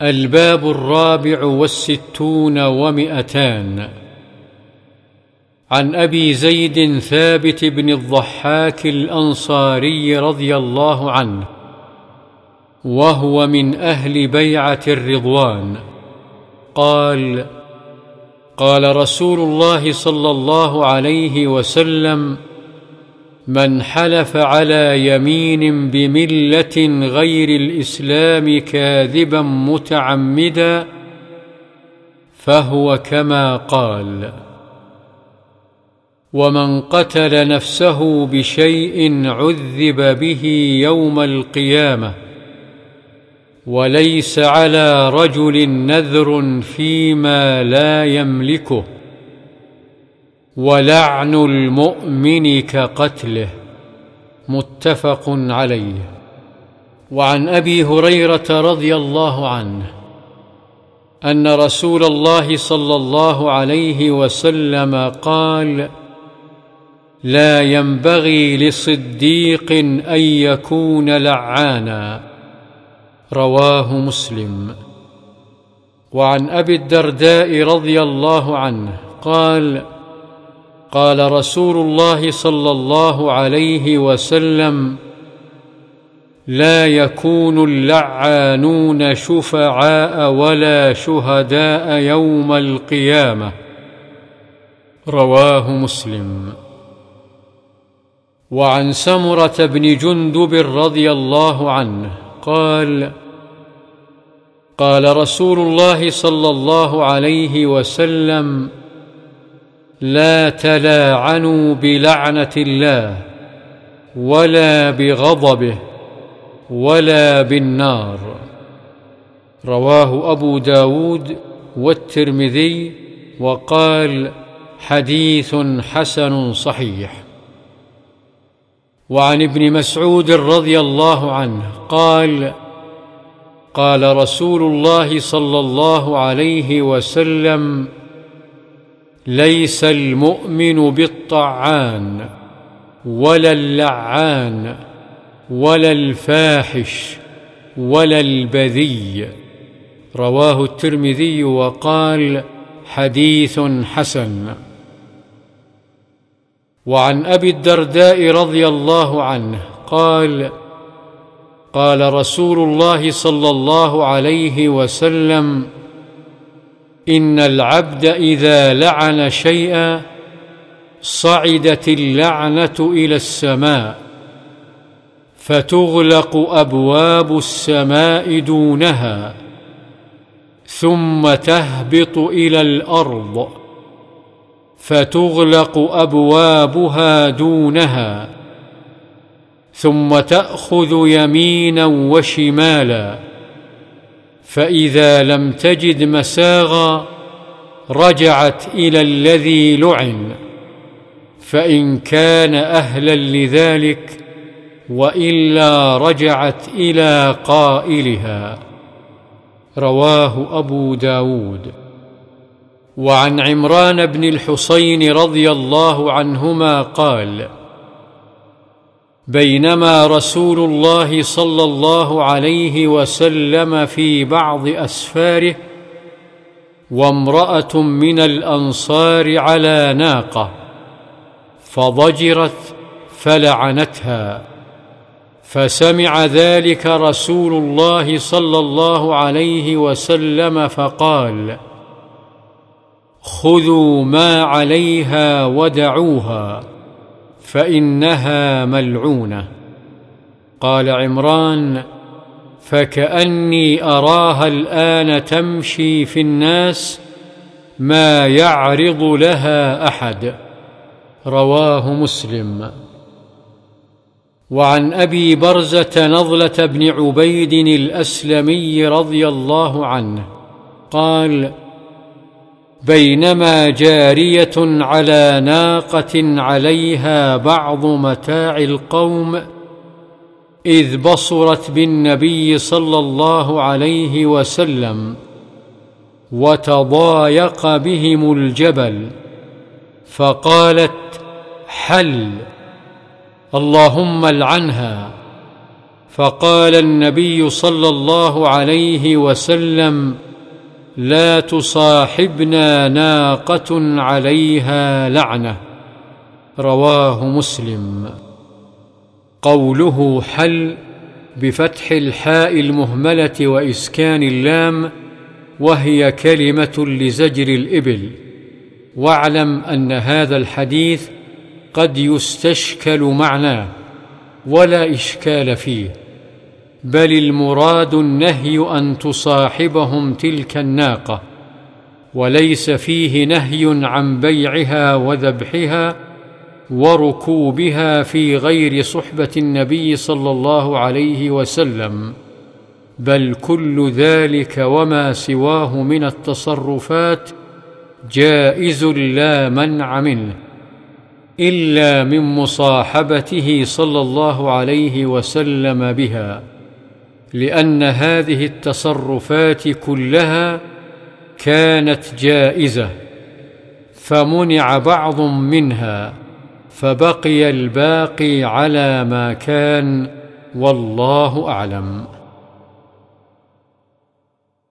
الباب 64 عن أبي زيد ثابت بن الضحاك الأنصاري رضي الله عنه، وهو من أهل بيعة الرضوان، قال: قال رسول الله صلى الله عليه وسلم: من حلف على يمين بملة غير الإسلام كاذبا متعمدا فهو كما قال. ومن قتل نفسه بشيء عذب به يوم القيامة، وليس على رجل نذر فيما لا يملكه، ولعن المؤمن كقتله. متفق عليه. وعن أبي هريرة رضي الله عنه أن رسول الله صلى الله عليه وسلم قال: لا ينبغي لصديق أن يكون لعانا. رواه مسلم. وعن أبي الدرداء رضي الله عنه قال: قال رسول الله صلى الله عليه وسلم: لا يكون اللعانون شفعاء ولا شهداء يوم القيامة. رواه مسلم. وعن سمرة بن جندب رضي الله عنه قال: قال رسول الله صلى الله عليه وسلم: لا تلاعنوا بلعنة الله ولا بغضبه ولا بالنار. رواه أبو داود والترمذي، وقال: حديث حسن صحيح. وعن ابن مسعود رضي الله عنه قال: قال رسول الله صلى الله عليه وسلم: ليس المؤمن بالطعان ولا اللعان ولا الفاحش ولا البذي. رواه الترمذي، وقال: حديث حسن. وعن أبي الدرداء رضي الله عنه قال: قال رسول الله صلى الله عليه وسلم: إن العبد إذا لعن شيئا صعدت اللعنة إلى السماء، فتغلق أبواب السماء دونها، ثم تهبط إلى الأرض، فتغلق أبوابها دونها، ثم تأخذ يمينا وشمالا، فإذا لم تجد مساغا رجعت إلى الذي لعن، فإن كان أهلا لذلك، وإلا رجعت إلى قائلها. رواه أبو داود. وعن عمران بن الحصين رضي الله عنهما قال: بينما رسول الله صلى الله عليه وسلم في بعض أسفاره، وامرأة من الأنصار على ناقة، فضجرت فلعنتها، فسمع ذلك رسول الله صلى الله عليه وسلم فقال: خذوا ما عليها ودعوها، فإنها ملعونة. قال عمران: فكأني أراها الآن تمشي في الناس ما يعرض لها أحد. رواه مسلم. وعن أبي برزة نضلة بن عبيد الأسلمي رضي الله عنه قال: بينما جارية على ناقة عليها بعض متاع القوم، إذ بصرت بالنبي صلى الله عليه وسلم، وتضايق بهم الجبل، فقالت: حل، اللهم العنها. فقال النبي صلى الله عليه وسلم: لا تصاحبنا ناقة عليها لعنة. رواه مسلم. قوله حل بفتح الحاء المهملة وإسكان اللام، وهي كلمة لزجر الإبل. واعلم أن هذا الحديث قد يستشكل معناه ولا إشكال فيه، بل المراد النهي أن تصاحبهم تلك الناقة، وليس فيه نهي عن بيعها وذبحها وركوبها في غير صحبة النبي صلى الله عليه وسلم، بل كل ذلك وما سواه من التصرفات جائز لا منع منه، إلا من مصاحبته صلى الله عليه وسلم بها، لأن هذه التصرفات كلها كانت جائزة، فمنع بعض منها، فبقي الباقي على ما كان، والله أعلم.